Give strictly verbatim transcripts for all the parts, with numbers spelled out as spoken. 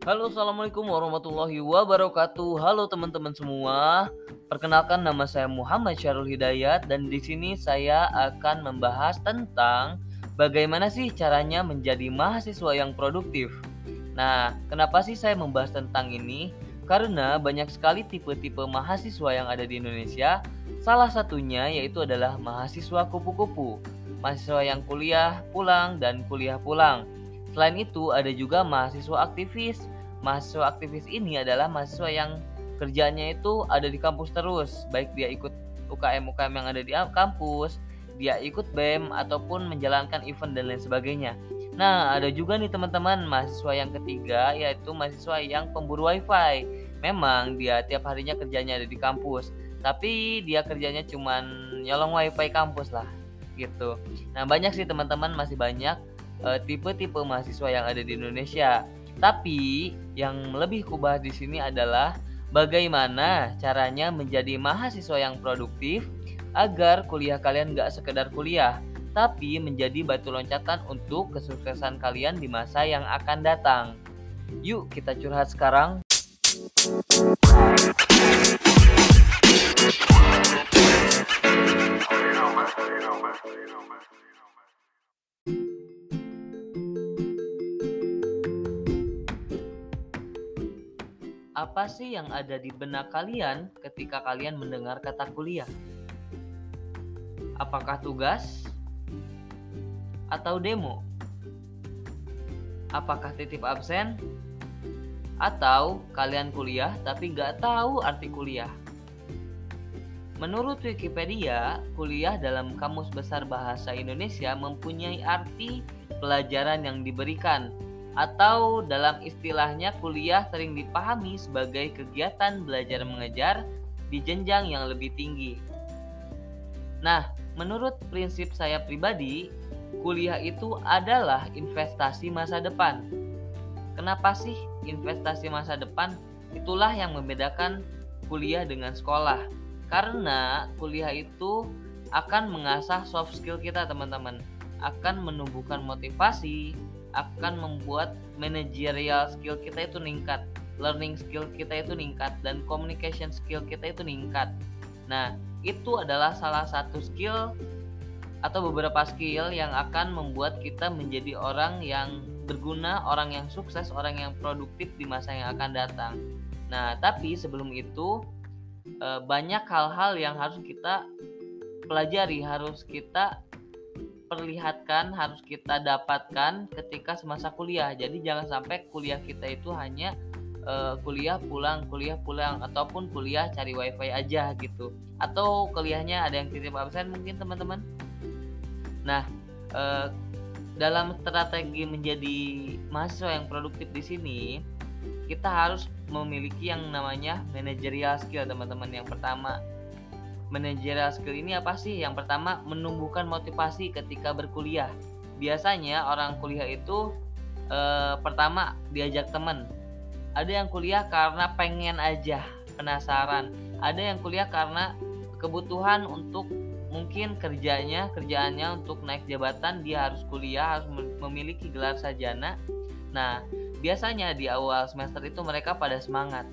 Halo, assalamualaikum warahmatullahi wabarakatuh. Halo teman-teman semua. Perkenalkan, nama saya Muhammad Syarul Hidayat dan di sini saya akan membahas tentang bagaimana sih caranya menjadi mahasiswa yang produktif. Nah, kenapa sih saya membahas tentang ini? Karena banyak sekali tipe-tipe mahasiswa yang ada di Indonesia. Salah satunya yaitu adalah mahasiswa kupu-kupu. Mahasiswa yang kuliah pulang dan kuliah pulang. Selain itu, ada juga mahasiswa aktivis. Mahasiswa aktivis ini adalah mahasiswa yang kerjanya itu ada di kampus terus, baik dia ikut U K M-U K M yang ada di kampus, dia ikut B E M ataupun menjalankan event dan lain sebagainya. Nah, ada juga nih teman-teman mahasiswa yang ketiga, yaitu mahasiswa yang pemburu wifi. Memang dia tiap harinya kerjanya ada di kampus, tapi dia kerjanya cuman nyolong wifi kampus lah, gitu. Nah, banyak sih teman-teman, masih banyak uh, tipe-tipe mahasiswa yang ada di Indonesia. Tapi yang lebih kubahas di sini adalah bagaimana caranya menjadi mahasiswa yang produktif agar kuliah kalian gak sekedar kuliah, tapi menjadi batu loncatan untuk kesuksesan kalian di masa yang akan datang. Yuk kita curhat sekarang. Apa sih yang ada di benak kalian ketika kalian mendengar kata kuliah? Apakah tugas? Atau demo? Apakah titip absen? Atau kalian kuliah tapi gak tahu arti kuliah? Menurut Wikipedia, kuliah dalam Kamus Besar Bahasa Indonesia mempunyai arti pelajaran yang diberikan, atau dalam istilahnya kuliah sering dipahami sebagai kegiatan belajar mengejar di jenjang yang lebih tinggi. Nah, menurut prinsip saya pribadi, kuliah itu adalah investasi masa depan. Kenapa sih investasi masa depan? Itulah yang membedakan kuliah dengan sekolah. Karena kuliah itu akan mengasah soft skill kita, teman-teman. Akan menumbuhkan motivasi, akan membuat managerial skill kita itu meningkat, learning skill kita itu meningkat, dan communication skill kita itu meningkat. Nah, itu adalah salah satu skill atau beberapa skill yang akan membuat kita menjadi orang yang berguna, orang yang sukses, orang yang produktif di masa yang akan datang. Nah, tapi sebelum itu banyak hal-hal yang harus kita pelajari, harus kita perlihatkan, harus kita dapatkan ketika semasa kuliah. Jadi jangan sampai kuliah kita itu hanya uh, kuliah pulang, kuliah pulang, ataupun kuliah cari wifi aja gitu. Atau kuliahnya ada yang titip absen mungkin teman-teman. Nah, uh, dalam strategi menjadi mahasiswa yang produktif di sini, kita harus memiliki yang namanya managerial skill, teman-teman. Yang pertama, managerial skill ini apa sih? Yang pertama, menumbuhkan motivasi ketika berkuliah. Biasanya orang kuliah itu eh, pertama diajak teman. Ada yang kuliah karena pengen aja, penasaran. Ada yang kuliah karena kebutuhan untuk mungkin kerjanya, kerjaannya untuk naik jabatan, dia harus kuliah, harus memiliki gelar sarjana. Nah, biasanya di awal semester itu mereka pada semangat.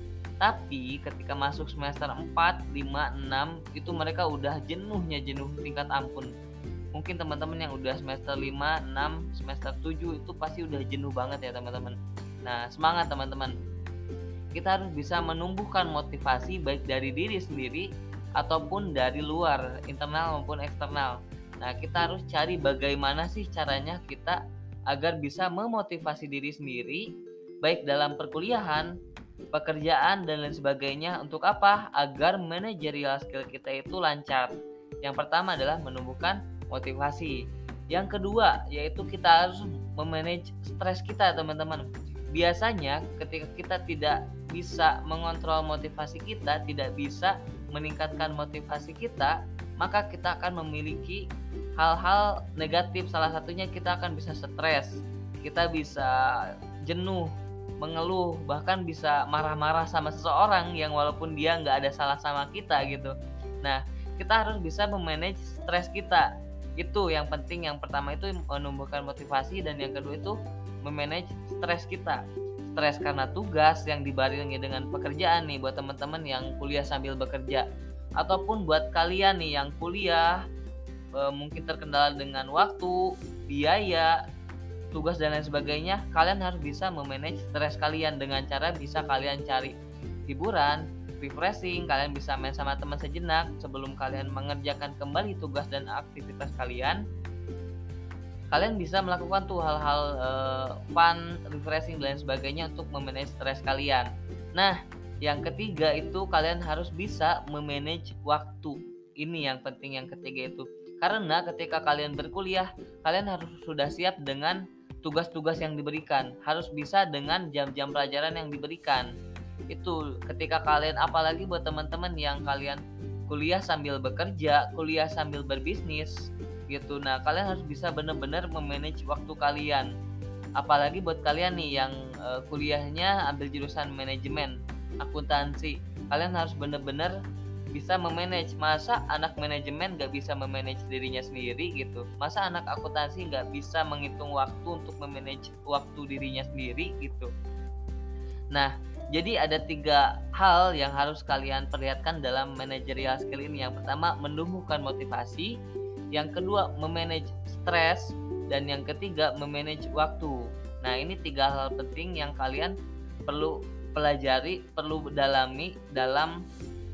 Tapi ketika masuk semester empat, lima, enam, itu mereka udah jenuhnya jenuh tingkat ampun. Mungkin teman-teman yang udah semester lima, enam, semester tujuh itu pasti udah jenuh banget ya teman-teman. Nah, semangat teman-teman. Kita harus bisa menumbuhkan motivasi baik dari diri sendiri ataupun dari luar, internal maupun eksternal. Nah, kita harus cari bagaimana sih caranya kita agar bisa memotivasi diri sendiri baik dalam perkuliahan, pekerjaan, dan lain sebagainya. Untuk apa? Agar managerial skill kita itu lancar. Yang pertama adalah menumbuhkan motivasi. Yang kedua yaitu kita harus memanage stres kita, teman-teman. Biasanya ketika kita tidak bisa mengontrol motivasi kita, tidak bisa meningkatkan motivasi kita, maka kita akan memiliki hal-hal negatif. Salah satunya kita akan bisa stres, kita bisa jenuh, mengeluh, bahkan bisa marah-marah sama seseorang yang walaupun dia nggak ada salah sama kita gitu. Nah, kita harus bisa memanage stres kita. Itu yang penting. Yang pertama itu menumbuhkan motivasi, dan yang kedua itu memanage stres kita. stres karena tugas yang dibarengi dengan pekerjaan nih buat teman-teman yang kuliah sambil bekerja, ataupun buat kalian nih yang kuliah e, mungkin terkendala dengan waktu, biaya, tugas dan lain sebagainya. Kalian harus bisa memanage stres kalian dengan cara bisa kalian cari hiburan, refreshing, kalian bisa main sama teman sejenak sebelum kalian mengerjakan kembali tugas dan aktivitas kalian. Kalian bisa melakukan tuh hal-hal uh, fun, refreshing dan lain sebagainya untuk memanage stres kalian. Nah, yang ketiga itu kalian harus bisa memanage waktu. Ini yang penting yang ketiga itu. Karena ketika kalian berkuliah, kalian harus sudah siap dengan tugas-tugas yang diberikan. Harus bisa dengan jam-jam pelajaran yang diberikan. Itu ketika kalian, apalagi buat teman-teman yang kalian kuliah sambil bekerja, kuliah sambil berbisnis gitu. Nah, kalian harus bisa benar-benar memanage waktu kalian. Apalagi buat kalian nih yang uh, kuliahnya ambil jurusan manajemen, akuntansi. Kalian harus benar-benar bisa memanage. Masa anak manajemen gak bisa memanage dirinya sendiri gitu? Masa anak akuntansi gak bisa menghitung waktu untuk memanage waktu dirinya sendiri gitu? Nah, jadi ada tiga hal yang harus kalian perlihatkan dalam managerial skill ini. Yang pertama, menumbuhkan motivasi. Yang kedua, memanage stres. Dan yang ketiga, memanage waktu. Nah, ini tiga hal penting yang kalian perlu pelajari, perlu dalami dalam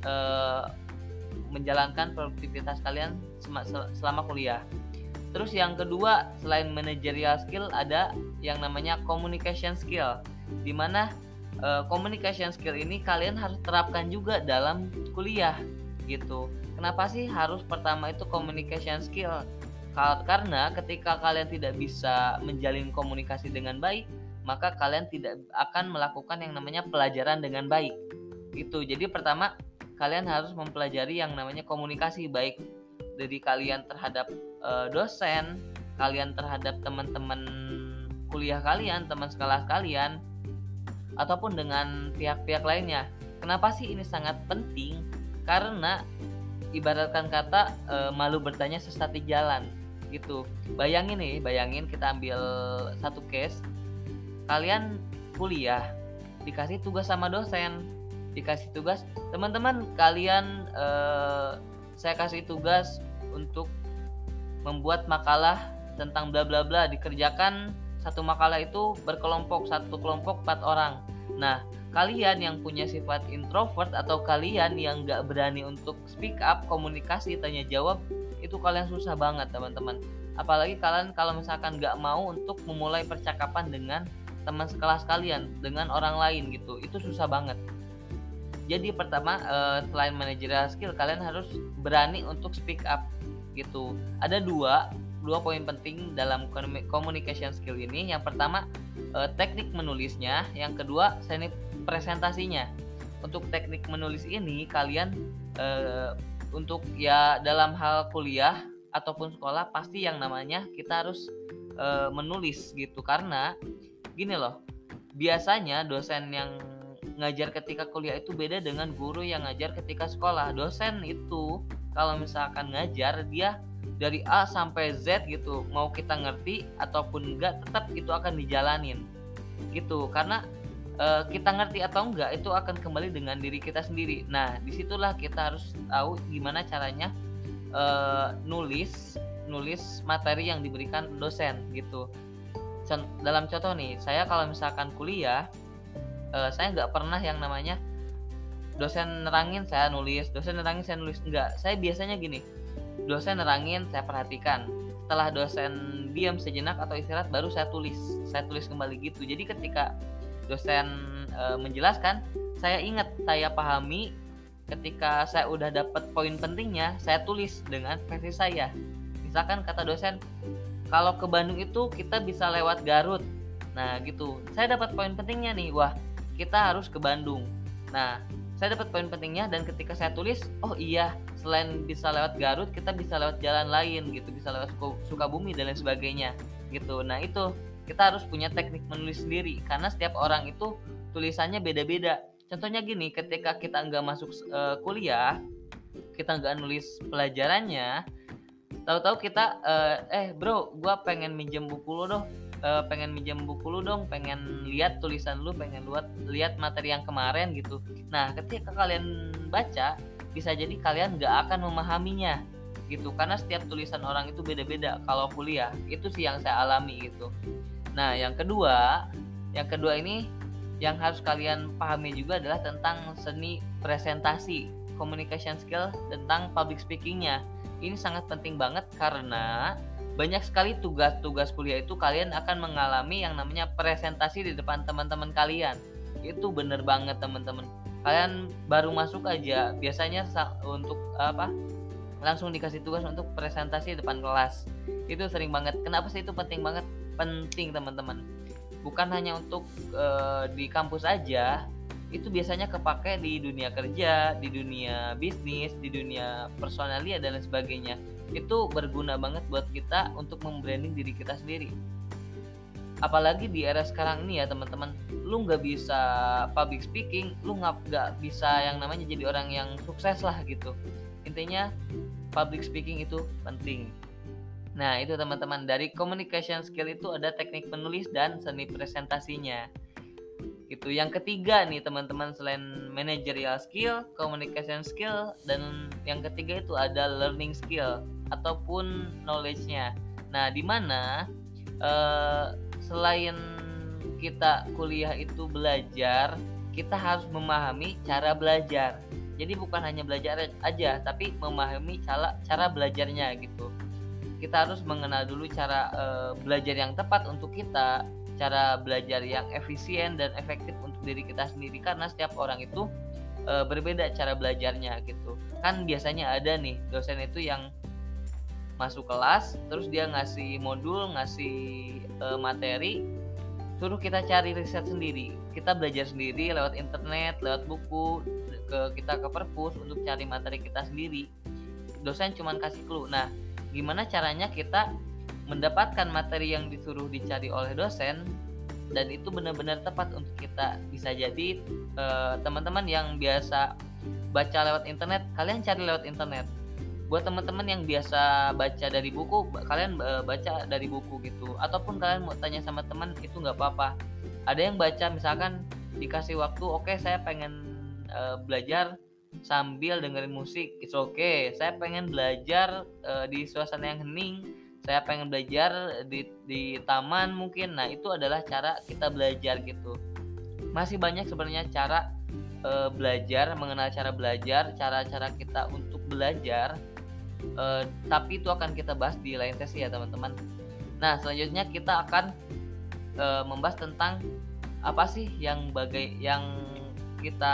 uh, menjalankan produktivitas kalian selama kuliah. Terus yang kedua, selain managerial skill, ada yang namanya communication skill, di mana uh, communication skill ini kalian harus terapkan juga dalam kuliah gitu. Kenapa sih harus pertama itu communication skill? Karena ketika kalian tidak bisa menjalin komunikasi dengan baik, maka kalian tidak akan melakukan yang namanya pelajaran dengan baik. Gitu. Jadi pertama, kalian harus mempelajari yang namanya komunikasi, baik dari kalian terhadap e, dosen, kalian terhadap teman-teman kuliah kalian, teman sekelas kalian, ataupun dengan pihak-pihak lainnya. Kenapa sih ini sangat penting? Karena ibaratkan kata e, malu bertanya sesat di jalan gitu. Bayangin nih, bayangin kita ambil satu case. Kalian kuliah, dikasih tugas sama dosen, dikasih tugas, teman-teman kalian e, saya kasih tugas untuk membuat makalah tentang bla bla bla, dikerjakan satu makalah itu berkelompok, satu kelompok empat orang. Nah, kalian yang punya sifat introvert atau kalian yang gak berani untuk speak up, komunikasi, tanya jawab, itu kalian susah banget teman-teman. Apalagi kalian kalau misalkan gak mau untuk memulai percakapan dengan teman sekelas kalian, dengan orang lain gitu, itu susah banget. Jadi pertama, eh, selain managerial skill, kalian harus berani untuk speak up gitu. Ada dua dua poin penting dalam communication skill ini. Yang pertama, eh, teknik menulisnya. Yang kedua, seni presentasinya. Untuk teknik menulis ini, kalian eh, untuk ya dalam hal kuliah ataupun sekolah pasti yang namanya kita harus e, menulis gitu. Karena gini loh, biasanya dosen yang ngajar ketika kuliah itu beda dengan guru yang ngajar ketika sekolah. Dosen itu kalau misalkan ngajar, dia dari A sampai Z gitu, mau kita ngerti ataupun enggak, tetap itu akan dijalanin gitu. Karena Uh, kita ngerti atau enggak itu akan kembali dengan diri kita sendiri. Nah, disitulah kita harus tahu gimana caranya uh, nulis nulis materi yang diberikan dosen gitu. Con- dalam contoh nih, saya kalau misalkan kuliah, uh, saya nggak pernah yang namanya dosen nerangin saya nulis, dosen nerangin saya nulis, enggak. Saya biasanya gini, dosen nerangin saya perhatikan, setelah dosen diam sejenak atau istirahat, baru saya tulis saya tulis kembali gitu. Jadi ketika dosen e, menjelaskan, saya ingat, saya pahami. Ketika saya udah dapat poin pentingnya, saya tulis dengan versi saya. Misalkan kata dosen, kalau ke Bandung itu kita bisa lewat Garut. Nah gitu, saya dapat poin pentingnya nih, wah kita harus ke Bandung. Nah, saya dapat poin pentingnya, dan ketika saya tulis, oh iya, selain bisa lewat Garut, kita bisa lewat jalan lain gitu, bisa lewat Sukabumi dan lain sebagainya gitu. Nah itu, kita harus punya teknik menulis sendiri, karena setiap orang itu tulisannya beda-beda. Contohnya gini, ketika kita nggak masuk uh, kuliah, kita nggak nulis pelajarannya, Tahu-tahu kita, eee, "Eh, Bro, gua pengen minjem buku lu dong, eee, pengen minjem buku lu dong, pengen lihat tulisan lu, pengen luat lihat materi yang kemarin," gitu. Nah, ketika kalian baca, bisa jadi kalian nggak akan memahaminya, gitu. Karena setiap tulisan orang itu beda-beda kalau kuliah, itu sih yang saya alami gitu. Nah, yang kedua yang kedua ini yang harus kalian pahami juga adalah tentang seni presentasi, communication skill, tentang public speaking-nya. Ini sangat penting banget karena banyak sekali tugas-tugas kuliah itu kalian akan mengalami yang namanya presentasi di depan teman-teman kalian. Itu bener banget teman-teman. Kalian baru masuk aja biasanya untuk apa? Langsung dikasih tugas untuk presentasi di depan kelas. Itu sering banget. Kenapa sih itu penting banget? Penting teman-teman. Bukan hanya untuk uh, di kampus aja, itu biasanya kepake di dunia kerja, di dunia bisnis, di dunia personalia dan lain sebagainya. Itu berguna banget buat kita untuk membranding diri kita sendiri. Apalagi di era sekarang ini ya teman-teman, lu nggak bisa public speaking, lu nggak bisa yang namanya jadi orang yang sukses lah gitu. Intinya public speaking itu penting. Nah, itu teman-teman, dari communication skill itu ada teknik menulis dan seni presentasinya. Itu yang ketiga nih teman-teman, selain managerial skill, communication skill, dan yang ketiga itu ada learning skill ataupun knowledge-nya. Nah, di mana uh, selain kita kuliah itu belajar, kita harus memahami cara belajar. Jadi bukan hanya belajar aja, tapi memahami cara cara belajarnya gitu. Kita harus mengenal dulu cara uh, belajar yang tepat untuk kita, cara belajar yang efisien dan efektif untuk diri kita sendiri, karena setiap orang itu uh, berbeda cara belajarnya gitu. Kan biasanya ada nih dosen itu yang masuk kelas, terus dia ngasih modul, ngasih uh, materi, suruh kita cari riset sendiri, kita belajar sendiri lewat internet, lewat buku, ke kita ke perpus untuk cari materi kita sendiri. Dosen cuma kasih clue. Nah, gimana caranya kita mendapatkan materi yang disuruh dicari oleh dosen dan itu benar-benar tepat untuk kita. Bisa jadi eh, teman-teman yang biasa baca lewat internet, kalian cari lewat internet. Buat teman-teman yang biasa baca dari buku, kalian eh, baca dari buku gitu. Ataupun kalian mau tanya sama teman, itu nggak apa-apa. Ada yang baca misalkan dikasih waktu, oke okay, saya pengen eh, belajar sambil dengerin musik, it's okay. Saya pengen belajar uh, di suasana yang hening, saya pengen belajar di di taman mungkin. Nah, itu adalah cara kita belajar gitu. Masih banyak sebenarnya cara uh, belajar, mengenal cara belajar, cara-cara kita untuk belajar. Uh, tapi itu akan kita bahas di lain sesi ya teman-teman. Nah, selanjutnya kita akan uh, membahas tentang apa sih yang bagai yang kita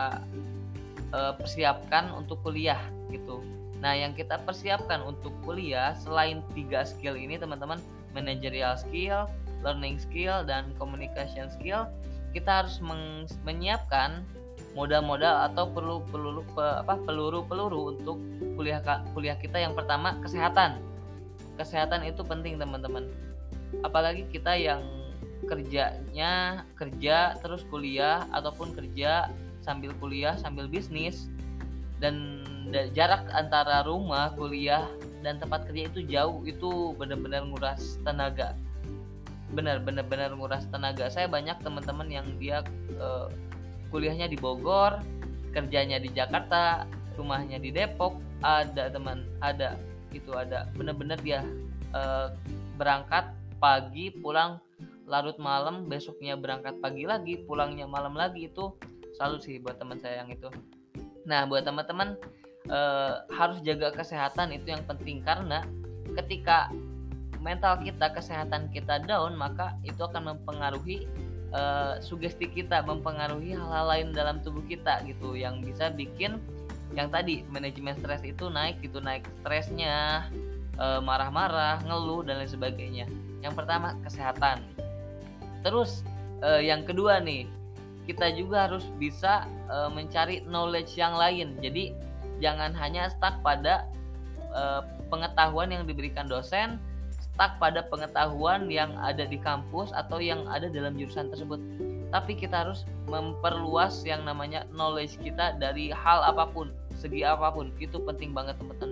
persiapkan untuk kuliah gitu. Nah, yang kita persiapkan untuk kuliah selain tiga skill ini teman-teman, managerial skill, learning skill, dan communication skill, kita harus meng- menyiapkan modal-modal atau perlu peluru pe, apa peluru-peluru untuk kuliah kuliah kita. Yang pertama, kesehatan. Kesehatan itu penting teman-teman. Apalagi kita yang kerjanya kerja terus kuliah ataupun kerja sambil kuliah sambil bisnis, dan jarak antara rumah kuliah dan tempat kerja itu jauh, itu benar-benar nguras tenaga, benar-benar benar nguras tenaga. Saya banyak teman-teman yang dia uh, kuliahnya di Bogor, kerjanya di Jakarta, rumahnya di Depok. Ada teman, ada itu ada benar-benar dia uh, berangkat pagi, pulang larut malam, besoknya berangkat pagi lagi, pulangnya malam lagi. Itu selalu sih buat teman saya yang itu. Nah, buat teman-teman eh, harus jaga kesehatan, itu yang penting, karena ketika mental kita, kesehatan kita down, maka itu akan mempengaruhi eh, sugesti kita, mempengaruhi hal-hal lain dalam tubuh kita gitu, yang bisa bikin yang tadi manajemen stres itu naik gitu, naik stresnya, eh, marah-marah, ngeluh dan lain sebagainya. Yang pertama kesehatan. Terus eh, yang kedua nih, kita juga harus bisa uh, mencari knowledge yang lain. Jadi jangan hanya stuck pada uh, pengetahuan yang diberikan dosen, stuck pada pengetahuan yang ada di kampus atau yang ada dalam jurusan tersebut. Tapi kita harus memperluas yang namanya knowledge kita dari hal apapun, segi apapun. Itu penting banget teman-teman.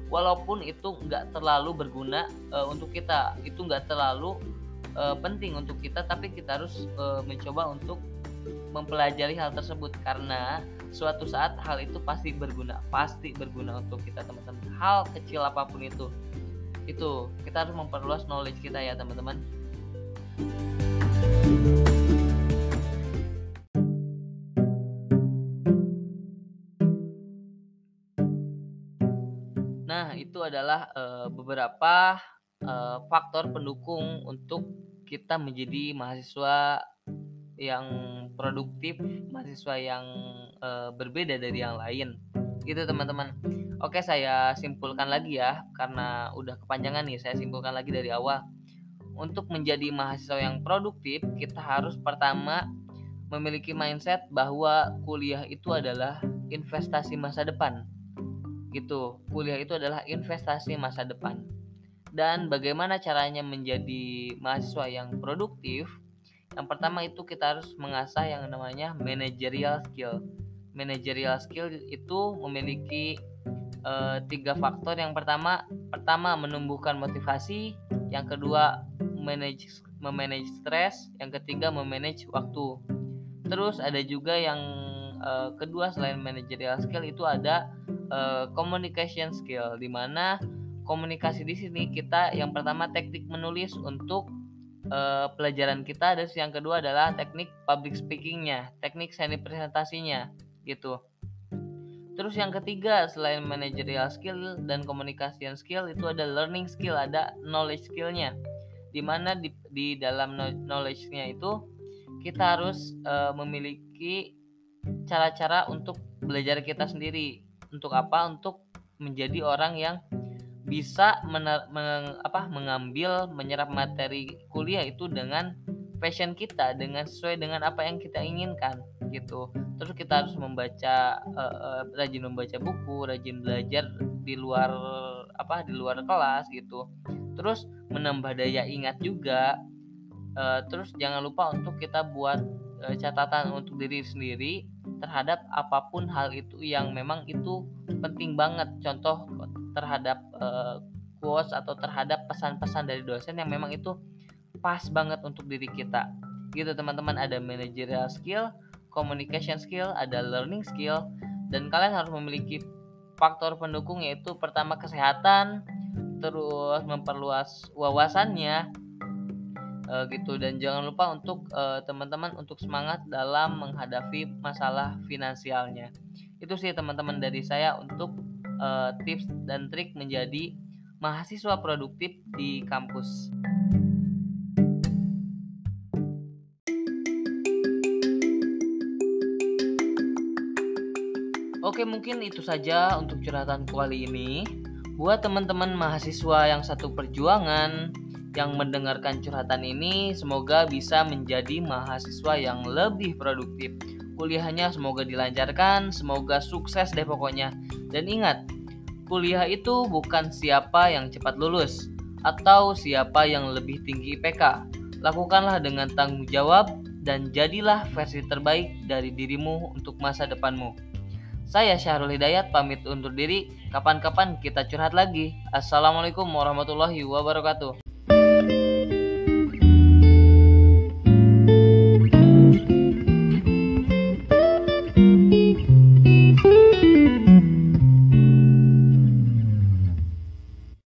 walaupun itu nggak terlalu berguna uh, untuk kita, itu nggak terlalu uh, penting untuk kita, tapi kita harus uh, mencoba untuk mempelajari hal tersebut, karena suatu saat hal itu pasti berguna, pasti berguna untuk kita teman-teman. Hal kecil apapun itu, itu kita harus memperluas knowledge kita ya teman-teman. Nah, itu adalah uh, beberapa uh, faktor pendukung untuk kita menjadi mahasiswa yang produktif, mahasiswa yang uh, berbeda dari yang lain. Gitu teman-teman. Oke, saya simpulkan lagi ya, karena udah kepanjangan nih, saya simpulkan lagi dari awal. Untuk menjadi mahasiswa yang produktif, kita harus pertama memiliki mindset bahwa kuliah itu adalah investasi masa depan. Gitu, kuliah itu adalah investasi masa depan. Dan bagaimana caranya menjadi mahasiswa yang produktif? Yang pertama itu kita harus mengasah yang namanya managerial skill. Managerial skill itu memiliki uh, tiga faktor. Yang pertama, pertama menumbuhkan motivasi. Yang kedua, manage memanage stres. Yang ketiga, memanage waktu. Terus ada juga yang uh, kedua selain managerial skill itu ada uh, communication skill, di mana komunikasi di sini kita yang pertama teknik menulis untuk uh, pelajaran kita, dan yang kedua adalah teknik public speakingnya, teknik seni presentasinya gitu. Terus yang ketiga selain managerial skill dan communication skill itu ada learning skill, ada knowledge skillnya, dimana di, di dalam knowledge-nya itu kita harus uh, memiliki cara-cara untuk belajar kita sendiri. Untuk apa? Untuk menjadi orang yang bisa mener, meng, apa, mengambil, menyerap materi kuliah itu dengan passion kita, dengan sesuai dengan apa yang kita inginkan gitu. Terus kita harus membaca, uh, rajin membaca buku, rajin belajar di luar apa di luar kelas gitu. Terus menambah daya ingat juga. Uh, terus jangan lupa untuk kita buat uh, catatan untuk diri sendiri terhadap apapun hal itu yang memang itu penting banget. Contoh terhadap uh, quotes atau terhadap pesan-pesan dari dosen yang memang itu pas banget untuk diri kita. Gitu teman-teman, ada managerial skill, communication skill, ada learning skill, dan kalian harus memiliki faktor pendukung, yaitu pertama kesehatan, terus memperluas wawasannya uh, gitu, dan jangan lupa untuk uh, teman-teman untuk semangat dalam menghadapi masalah finansialnya. Itu sih teman-teman dari saya untuk uh, tips dan trik menjadi mahasiswa produktif di kampus. Oke, mungkin itu saja untuk curhatan kali ini. Buat teman-teman mahasiswa yang satu perjuangan yang mendengarkan curhatan ini, semoga bisa menjadi mahasiswa yang lebih produktif. Kuliahnya semoga dilancarkan, semoga sukses deh pokoknya. Dan ingat, kuliah itu bukan siapa yang cepat lulus atau siapa yang lebih tinggi I P K. Lakukanlah dengan tanggung jawab dan jadilah versi terbaik dari dirimu untuk masa depanmu. Saya Syahrul Hidayat pamit undur diri. Kapan-kapan kita curhat lagi. Assalamualaikum warahmatullahi wabarakatuh.